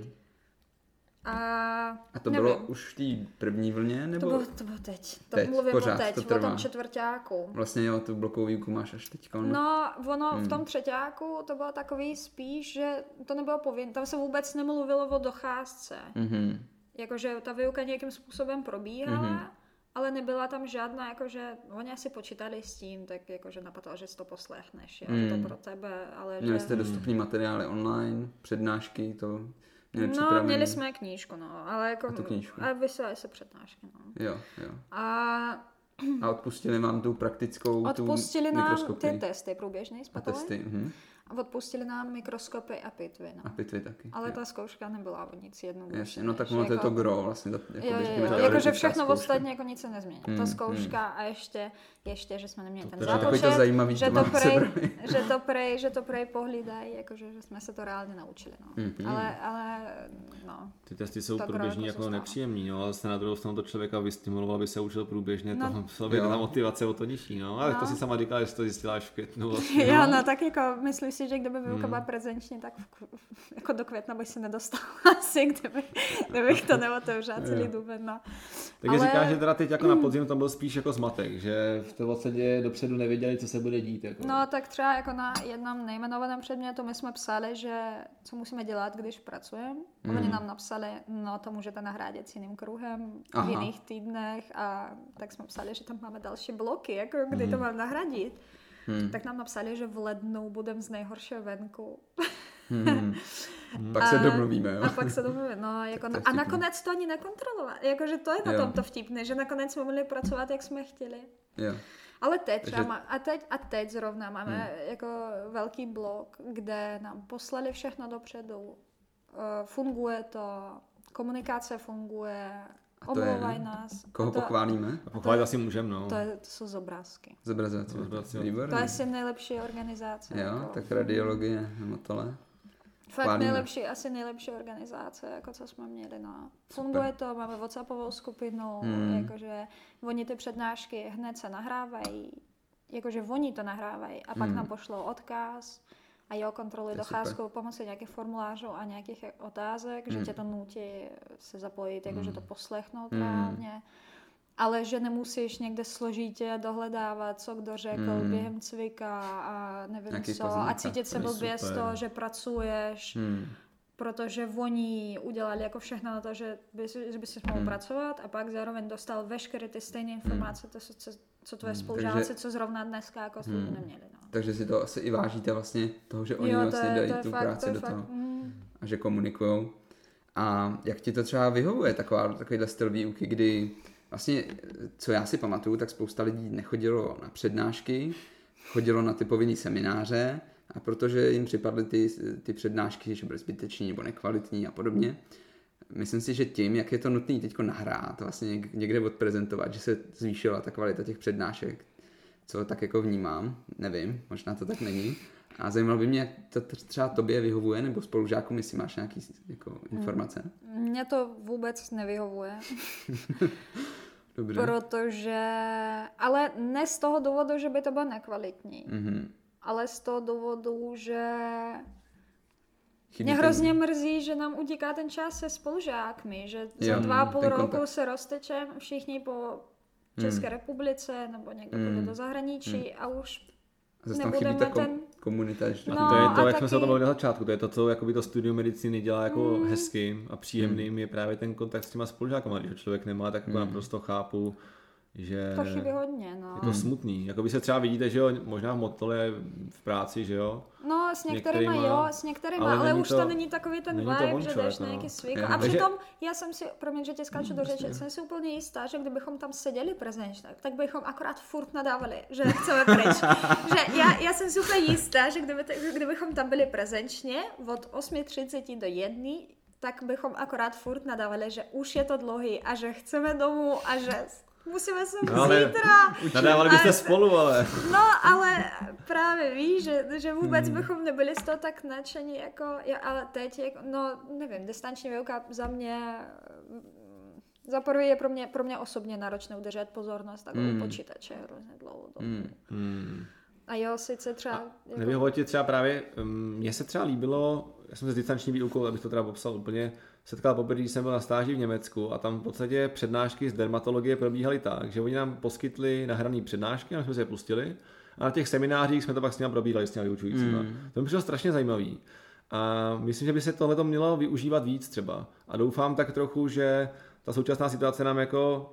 A to nevím. bylo už v té první vlně? Nebo? To bylo teď. Teď, mluvím pořád, o teď, to o tom čtvrťáku. Vlastně jo, tu blokovou výuku máš až teď. No, ono v tom třeťáku to bylo takový spíš, že to nebylo povinné. Tam se vůbec nemluvilo o docházce. Jakože ta výuka nějakým způsobem probíhala, ale nebyla tam žádná, jakože oni asi počítali s tím, tak jakože napadlo, že si to poslechneš, že to pro tebe, ale Měli že... jste dostupný materiály online, přednášky, to měli No, připravený. měli jsme knížku, no, ale jako... A tu knížku. A vysílali se přednášky, no. Jo. A odpustili vám tu praktickou, odpustili tu nám mikroskopii. ty testy průběžný z A patole. testy, A odpustili nám mikroskopy a pitvy, no. A pitvy taky. Ale jo. ta zkouška nebyla o nic jednodušší. Jasně, no tak ono to je to gro vlastně. Jakože všechno ostatně jako nic se nezměnilo. Ta zkouška a ještě, že jsme neměli ten zápočet, že to prej pohlídají, jakože že jsme se to reálně naučili, no. Ale no. Ty testy jsou průběžně jako nepříjemný, no, ale se na druhou stranu to člověka vystimuloval, aby se učil průběžně, to musela být ta motivace o to nižší, no. Ale to si sama říkala, že jsi to zjistila až v květnu. Vlastně, jo, no tak jako myslím si, že kdyby výuka byla prezenční, tak jako do května bych se nedostala asi, kdybych to neotevřela celý duben, no. Takže říkáš, že teda teď jako na podzim tam byl spíš jako zmatek, že v té podstatě dopředu nevěděli, co se bude dít. Jako. No tak třeba jako na jednom nejmenovaném předmětu my jsme psali, že co musíme dělat, když pracujeme. Oni nám napsali, no to můžete nahradit s jiným kruhem v jiných týdnech a tak jsme psali, že tam máme další bloky, jako kdy to mám nahradit. Tak nám napsali, že v lednu budeme z nejhoršího venku. Pak se domluvíme, jo. A pak se domluvíme, no, jako, a nakonec to ani nekontrolovat, jakože to je na tomto vtipné, že nakonec jsme mohli pracovat, jak jsme chtěli. Jo. Ale teď třeba teď zrovna máme jako velký blok, kde nám poslali všechno dopředu. Funguje to, komunikace funguje, omlouvají nás. Koho pochválíme? Pochválit asi můžeme, no. To jsou zobrázky. Zobrazovací. To je asi nejlepší organizace. Jo, jako. Tak radiologie nebo tohle. Fakt asi nejlepší organizace, jako co jsme měli, no. Funguje to, máme WhatsAppovou skupinu, jakože oni ty přednášky hned se nahrávají, jakože oni to nahrávají a pak nám pošlou odkaz a kontrolují docházkou pomocí nějakých formulářů a nějakých otázek, že tě to nutí se zapojit, jakože to poslechnout reálně. Ale že nemusíš někde složitě dohledávat, co kdo řekl během cvika a nevím nějaký co. A cítit se blbě z toho, že pracuješ, protože oni udělali jako všechno na to, že by si mohl pracovat a pak zároveň dostal veškeré ty stejné informace, to, co tvoje spolužáci, co zrovna dneska jako službu neměli. No. Takže si to asi i vážíte vlastně toho, že oni vlastně dají tu práci do toho a že komunikujou. A jak ti to třeba vyhovuje, takovýhle styl výuky, kdy vlastně, co já si pamatuju, tak spousta lidí nechodilo na přednášky, chodilo na ty povinné semináře a protože jim připadly ty přednášky, že byly zbytečný nebo nekvalitní a podobně. Myslím si, že tím, jak je to nutné teď nahrát, vlastně někde odprezentovat, že se zvýšila ta kvalita těch přednášek, co tak jako vnímám, nevím, možná to tak není. A zajímalo by mě, jak to třeba tobě vyhovuje, nebo spolužákům, jestli máš nějaké jako informace. Mně to vůbec nevyhovuje. Dobře. Ale ne z toho důvodu, že by to bylo nekvalitní, ale z toho důvodu, že mě hrozně mrzí, že nám utíká ten čas se spolužákmi, že za 2,5 roku se roztečeme všichni po České republice nebo někdo půjde do zahraničí a už zase tam chybí ta komunita. No, to je to, jak jsme se o tom bavili na začátku, to je to, co jakoby to studium medicíny dělá jako hezkým a příjemným, je právě ten kontakt s těma spolužákama, když ho člověk nemá, tak naprosto chápu, že to chybí hodně, no. Je to smutný. Jakoby se třeba vidíte, že jo, možná v Motole v práci, že jo. No, s některýma, ale už to není takový ten vibe, že jdeš na nějaký svík. A přitom já jsem si, promiň, že tě skáču do řeči, jsem si úplně jistá, že kdybychom tam seděli prezenčně, tak bychom akorát furt nadávali, že chceme pryč. Že já jsem si úplně jistá, že kdybychom tam byli prezenčně od 8:30 do 1, tak bychom akorát furt nadávali, že už je to dlouhý a že chceme domů a že musíme se zítra. Nadávali byste spolu, ale. No, ale právě víš, že vůbec bychom nebyli z toho tak nadšení, jako, ale teď, no, nevím, distanční výuka za mě, za prvé je pro mě osobně náročné udržet pozornost tak u počítače hrozně dlouho. A jo, sice třeba... Jako... Nevyhovuje ti třeba právě, mně se třeba líbilo, já jsem se s distanční výukou, abych to teda popsal úplně, setkal poprvé, když jsem byl na stáži v Německu a tam v podstatě přednášky z dermatologie probíhaly tak, že oni nám poskytli nahrané přednášky a my jsme si je pustili a na těch seminářích jsme to pak s nimi probírali s těmi vyučujícíma. To mi přišlo strašně zajímavý. A myslím, že by se tohleto mělo využívat víc třeba. A doufám tak trochu, že ta současná situace nám jako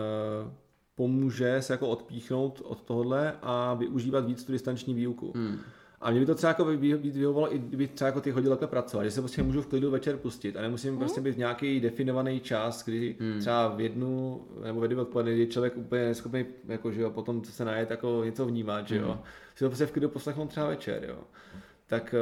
pomůže se jako odpíchnout od tohohle a využívat víc tu distanční výuku. A mě by to třeba jako vyhovovalo, i kdyby třeba jako ty chodil takhle pracovat, že se prostě můžu v klidu večer pustit a nemusím prostě být nějaký definovaný čas, kdy třeba v 1 nebo ve 2 odpoledne, kdy člověk úplně neschopný, jako, že jo, potom se najet jako něco vnímat, že jo. Si to prostě v klidu poslechnout třeba večer, jo. Tak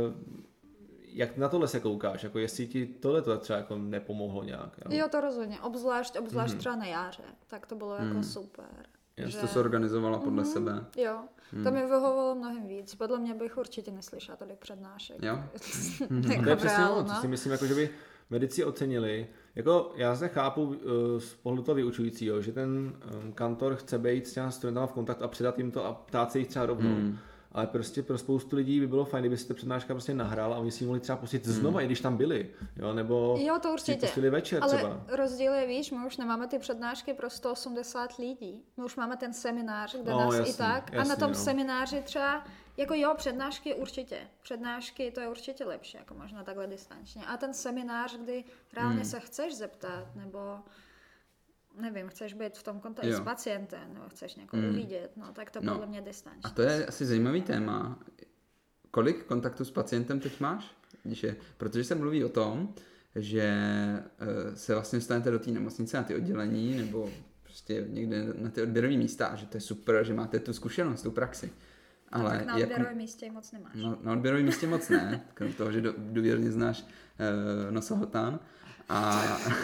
jak na tohle se koukáš, jako jestli ti tohle třeba jako nepomohlo nějak? Jo, to rozhodně, obzvlášť třeba na jaře, tak to bylo jako super. Že to se organizovala podle sebe. Jo, to mi vyhovovalo mnohem víc. Podle mě bych určitě neslyšela tolik přednášek. Jo? To je přesně ono, co si myslím, jako, že by medici ocenili. Jako, já se chápu z pohledu toho vyučujícího, že ten kantor chce být s těmi studentama v kontaktu a předat jim to a ptát se jich třeba rovnou. Ale prostě pro spoustu lidí by bylo fajn, kdyby si ta přednáška prostě nahrál a oni si ji mohli třeba pustit znova, i když tam byli. Jo, nebo jo, to určitě. Si pustili večer třeba. Ale rozdíl je, víš, my už nemáme ty přednášky pro 180 lidí. My už máme ten seminář, kde nás jasný, i tak. Jasný, a na tom semináři třeba, jako jo, přednášky určitě. Přednášky to je určitě lepší, jako možná takhle distančně. A ten seminář, kdy reálně se chceš zeptat, nebo nevím, chceš být v tom kontaktu s pacientem, nebo chceš někoho uvidět, no tak to podle mě distančně. A to je asi zajímavý téma. Kolik kontaktů s pacientem teď máš? protože se mluví o tom, že se vlastně dostanete do té nemocnice na ty oddělení nebo prostě někde na ty odběrové místa a že to je super, že máte tu zkušenost, tu praxi. Ale tak na odběrovém místě moc nemáš. Na odběrovém místě moc ne, krom toho, že důvěrně znáš nosohltán a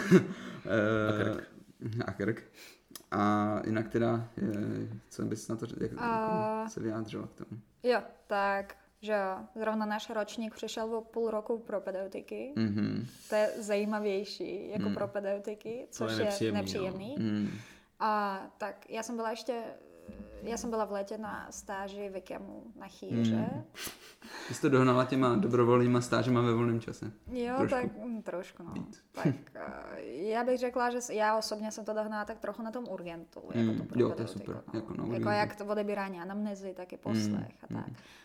krk. A jinak teda, co bys na to jak se vyjádřila k tomu? Jo, tak, že zrovna náš ročník přišel o půl roku propedeutiky. To je zajímavější jako propedeutiky, což je nepříjemný. A tak já jsem byla v létě na stáži v IKEMu na Chýře. Ty jsi to dohnala těma dobrovolnýma stážema ve volném čase? Jo, trošku. Tak trošku, no. Tak já bych řekla, že já osobně jsem to dohnala tak trochu na tom urgentu. Jako to jo, to je super. No. Jako jak to odebírání anamnézy, tak i poslech a tak.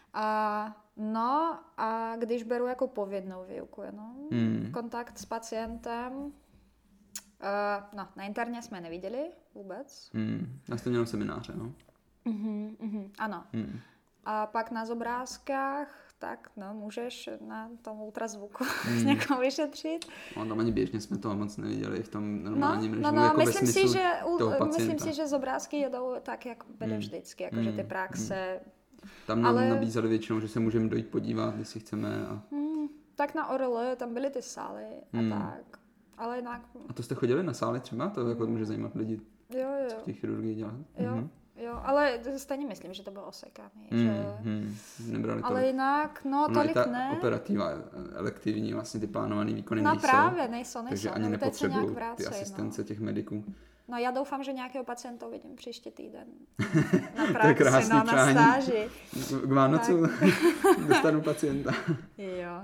A když beru jako povědnou výuku, kontakt s pacientem, na interně jsme neviděli vůbec. Já jste měl semináře, no? Ano. A pak na obrázkách, tak můžeš na tom ultrazvuku někoho vyšetřit. No, tam ani běžně jsme toho moc neviděli v tom normálním režimu. Jako myslím si, že z obrázky jedou tak, jak byly vždycky, jakože ty praxe. Tam nám nabízeli většinou, že se můžeme dojít podívat, jestli chceme. Tak na ORL tam byly ty sály a tak. Ale jinak... A to jste chodili na sály třeba? To jako může zajímat lidi, co v těch chirurgii dělat. Jo, ale stejně myslím, že to bylo osekaný. Nebrali to. Ale jinak, tolik ta ne. Operativa, elektivní, vlastně ty plánované výkony nejsou. Právě, nejsou. Takže ani nepotřebují ty asistence těch mediků. No já doufám, že nějakého pacienta uvidím příští týden. Na praxi, to je krásný na stáži. K Vánocu dostanu pacienta. Jo,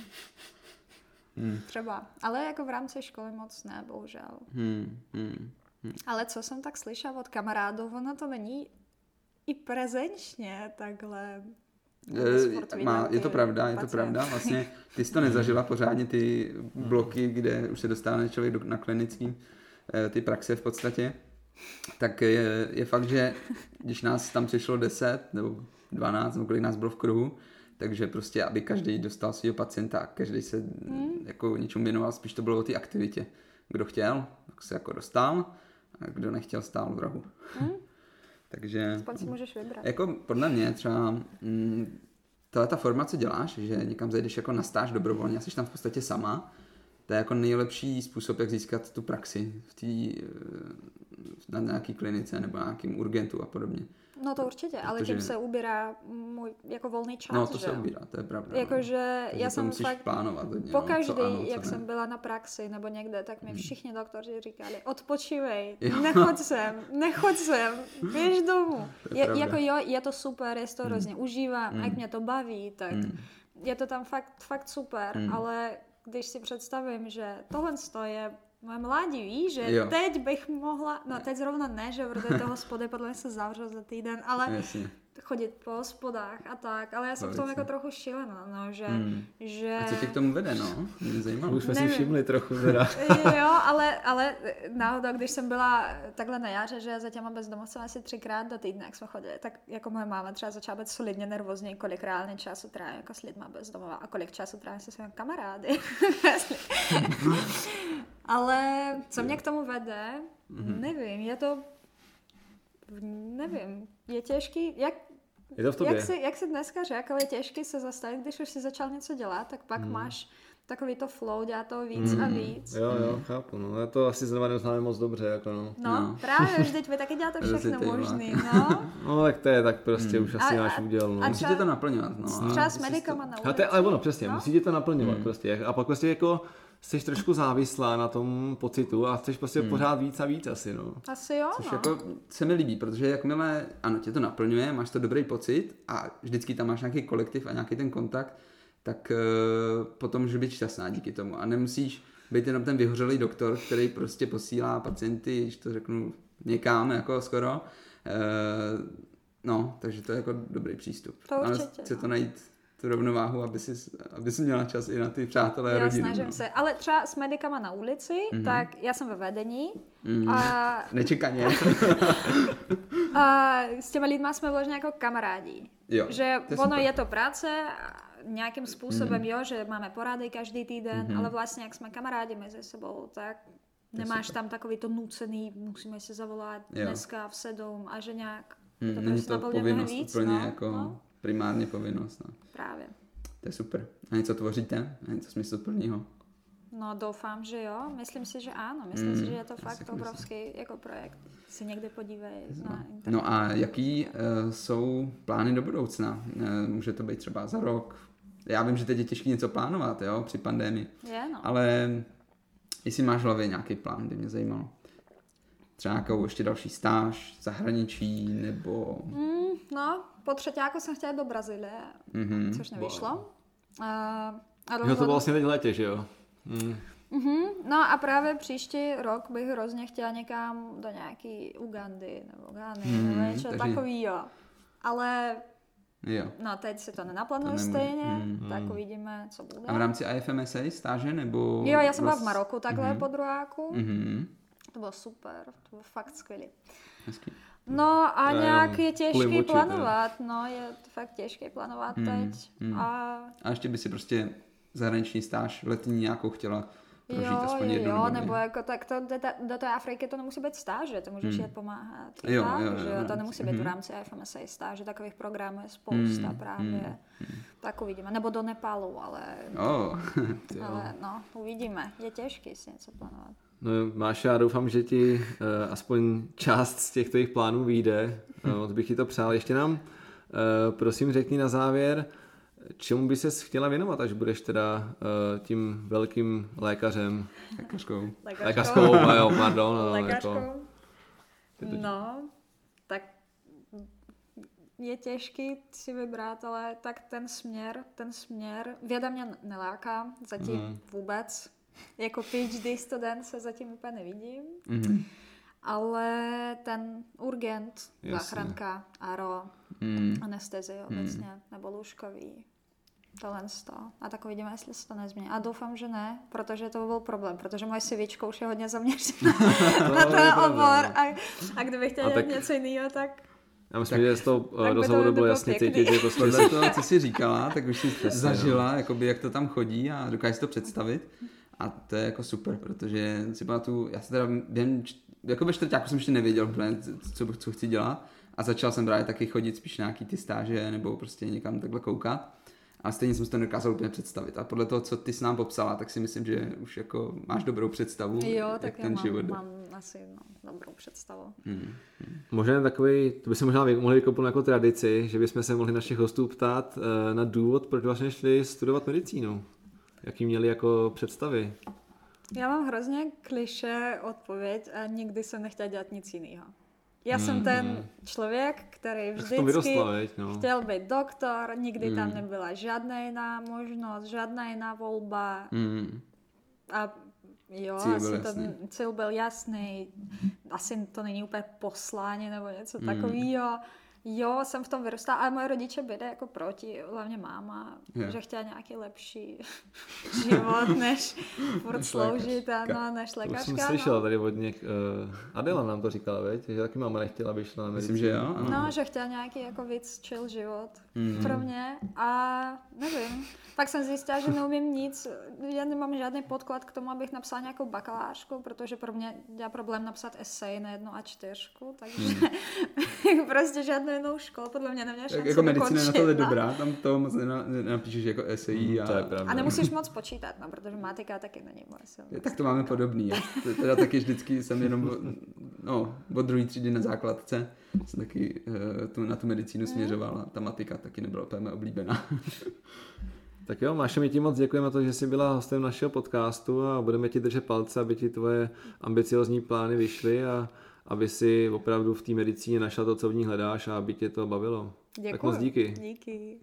třeba. Ale jako v rámci školy moc ne, bohužel. Ale co jsem tak slyšela od kamarádů, ono to není i prezenčně takhle. Je to pravda. Vlastně ty jsi to nezažila pořádně, ty bloky, kde už se dostane člověk na klinický, ty praxe v podstatě. Tak je fakt, že když nás tam přišlo 10 nebo 12, nebo kolik nás bylo v kruhu, takže prostě, aby každý dostal svého pacienta a každý se jako něčemu věnoval, spíš to bylo o té aktivitě. Kdo chtěl, tak se jako dostal, a kdo nechtěl, stál v rohu. Takže aspoň si můžeš vybrat. Jako podle mě třeba ta forma, co děláš, že někam zajdeš jako na stáž dobrovolně a jsi tam v podstatě sama, to je jako nejlepší způsob, jak získat tu praxi na nějaký klinice nebo na nějakým urgentu a podobně. No to určitě, ale tím se ubírá můj jako volný čas. No to se ubírá, to je pravda. Jakože já jsem fakt plánovat hodně, pokaždý, jak jsem byla na praxi nebo někde, tak mi všichni doktoři říkali, odpočívej, nechoď sem, běž domů. Je to super, je to hrozně užívám, jak mě to baví, tak je to tam fakt super, ale když si představím, že tohle je moje mládí, víš, že teď bych mohla, teď zrovna ne, že protože to hospody podle mě se zavřou za týden, ale chodit po hospodách a tak, ale já jsem v tom jako trochu šílená, že... A co tě k tomu vede, Mě zajímalo. Už jsme si všimli trochu teda. Jo, ale náhodou, když jsem byla takhle na jaře, že za těma bezdomovcem asi 3krát do týdne, jak jsme chodili, tak jako moje máma třeba začala být solidně nervózní, kolik reálně času tráví jako s lidma bezdomova a kolik času tráví se svými kamarády. Ale co mě k tomu vede, nevím, je těžký, je to v tobě. Jak jsi dneska řekl, je těžký se zastavit, když už si začal něco dělat, tak pak máš takový to flow, dělat toho víc a víc. Jo, chápu, já to asi zrovna neznáme moc dobře, jako No, právě, vždyť vy taky děláte všechno možný, No, tak to je tak prostě už asi náš úděl, Musíte to naplňovat, Třeba s medikama na ulici. Ale ono, přesně, musíte to naplňovat prostě, a pak prostě jako jsi trošku závislá na tom pocitu a chceš prostě pořád víc a víc asi, Asi jo, Což jako se mi líbí, protože jakmile, ano, tě to naplňuje, máš to dobrý pocit a vždycky tam máš nějaký kolektiv a nějaký ten kontakt, tak potom můžeš být šťastná díky tomu a nemusíš být jenom ten vyhořelý doktor, který prostě posílá pacienty, když to řeknu někam, jako skoro. Takže to je jako dobrý přístup. To určitě, ale chce to najít tu rovnováhu, aby si měla čas i na ty přátelé a rodinu. Snažím se. Ale třeba s medikama na ulici, tak já jsem ve vedení. Nečekaně. A s těma lidma jsme vložně jako kamarádi. Jo, že to je ono super. je to práce nějakým způsobem, jo, že máme porady každý týden, ale vlastně jak jsme kamarádi mezi sebou, tak nemáš tam takový to nucený, musíme si zavolat dneska v 7 a že nějak Není prostě to naplňuje povinnost víc, úplně jako primárně povinnost. No. Právě. To je super. A něco tvoříte? A něco smysluplného? No doufám, že jo. Myslím si, že ano. Myslím si, že je to fakt obrovský jako projekt. Si někdy podívej na internet. No a jaký jsou plány do budoucna? Může to být třeba za rok? Já vím, že teď je těžké něco plánovat, jo, při pandemii. Je, no. Ale jestli máš v hlavě nějaký plán, by mě zajímalo. Třeba nějakou ještě další stáž v zahraničí, nebo... No, po třetíku jsem chtěla do Brazílie, což nevyšlo. Jo, to bylo vlastně teď v létě, že jo? No a právě příští rok bych hrozně chtěla někam do nějaký Ugandy nebo Ghany nebo něco takového. Ale jo. No teď si to nenaplánuje stejně, tak uvidíme, co bude. A v rámci IFMSA stáže, nebo... Jo, já jsem byla v Maroku takhle po druháku. Mm-hmm. To bylo super, to bylo fakt skvělý. Hezký. No a nějak je těžký oči, plánovat, no je fakt těžké plánovat teď. A ještě by si prostě zahraniční stáž letní nějakou chtěla prožít aspoň jednou. Jo, nebo jako tak to, do té Afriky to nemusí být stáže, to můžeš jet pomáhat. Jo, to nemusí být v rámci IFMSA stáže, takových programů je spousta právě. Tak uvidíme. Nebo do Nepálu, ale no, uvidíme. Je těžké si něco plánovat. No Máša, já doufám, že ti aspoň část z těch tvých plánů vyjde. Moc bych ti to přál. Ještě nám, prosím, řekni na závěr, čemu by ses chtěla věnovat, až budeš teda tím velkým lékařem? Lékařskou, jo, pardon. No, lékařkou. Jako... No, tak je těžký si vybrat, ale tak ten směr, věda mě neláká zatím vůbec. Jako PhD student se zatím úplně nevidím, ale ten urgent, záchranka, ARO, anestezie obecně, nebo lůžkový, tohle to. A tak uvidíme, jestli se to nezmění. A doufám, že ne, protože to byl problém, protože moje CVčko už je hodně zaměřené na ten obor a kdybych chtěla dělat něco jiného, tak... Já myslím, že z toho rozhovoru bylo jasně cítit, že to podle toho, co jsi říkala, tak už jsi zažila, jakoby, jak to tam chodí a dokážeš to představit. A to je jako super, protože si pamatuju, já se teda během, jako ve čtvrťáku jsem ještě nevěděl, co chci dělat a začal jsem právě taky chodit spíš na nějaký ty stáže nebo prostě někam takhle koukat. A stejně jsem si to nedokázal úplně představit. A podle toho, co ty jsi nám popsala, tak si myslím, že už jako máš dobrou představu, jak ten život jde. Mám asi dobrou představu. Možná takový, to by se možná mohli vykopnout jako tradici, že bychom se mohli našich hostů ptát na důvod, proč vlastně šli studovat medicínu. Jaký měli jako představy? Já mám hrozně klišé odpověď a nikdy jsem nechtěla dělat nic jiného. Já jsem ten člověk, který vždycky chtěl být doktor, nikdy tam nebyla žádná jiná možnost, žádná jiná volba. A jo, cíl byl jasný, asi to není úplně poslání nebo něco takového. Jo, jsem v tom vyrůstala, ale moje rodiče byli jako proti, hlavně máma, že chtěla nějaký lepší život, než furt sloužit, než lékařka. To jsem slyšela tady od Adela nám to říkala, veď? Že taky máma nechtěla, aby šla na medicínu. Myslím, že jo. No, že chtěla nějaký jako víc chill život pro mě a nevím. Pak jsem zjistila, že neumím nic, já nemám žádný podklad k tomu, abych napsala nějakou bakalářku, protože pro mě dělá problém napsat esej na 1 A4, takže prostě žádnou jinou školu, podle mě neměla šanci jako medicína je na tohle dobrá, tam to moc nenapíšeš jako esej. A nemusíš moc počítat, no, protože matika taky není moje silná. Tak to máme podobný. Teda taky vždycky jsem jenom od druhé třídy na základce jsem taky na tu medicínu směřoval a ta matika taky nebyla úplně oblíbená. Tak jo, Máša, my ti moc děkujeme za to, že jsi byla hostem našeho podcastu a budeme ti držet palce, aby ti tvoje ambiciozní plány vyšly a aby si opravdu v té medicíně našla to, co v ní hledáš a aby tě to bavilo. Děkuji. Tak moc díky. Díky.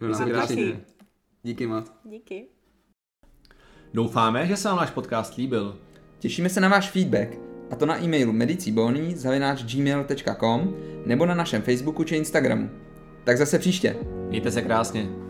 Díky moc. Díky. Doufáme, že se vám náš podcast líbil. Těšíme se na váš feedback, a to na e-mailu medicibony@gmail.com nebo na našem Facebooku či Instagramu. Tak zase příště. Mějte se krásně.